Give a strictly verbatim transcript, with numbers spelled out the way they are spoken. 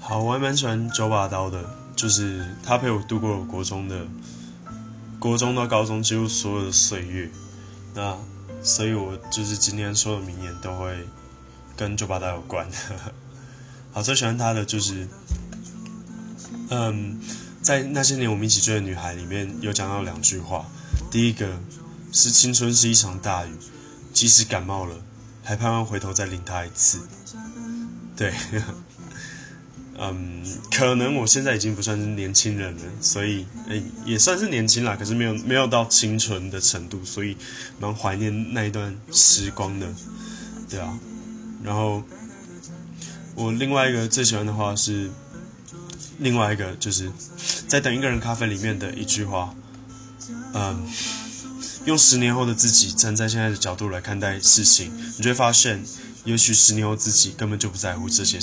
好，我还蛮喜欢九把刀的，就是他陪我度过了国中的国中到高中几乎所有的岁月。那所以我就是今天说的名言都会跟九把刀有关。好，最喜欢他的就是，嗯，在那些年我们一起追的女孩里面有讲到两句话。第一个是青春是一场大雨，即使感冒了，还盼望回头再淋它一次。对。嗯，可能我现在已经不算是年轻人了，所以、欸、也算是年轻啦，可是没有没有到青春的程度，所以蛮怀念那一段时光的，对啊。然后我另外一个最喜欢的话是，另外一个就是在等一个人咖啡里面的一句话，嗯，用十年后的自己站在现在的角度来看待事情，你就会发现，也许十年后自己根本就不在乎这些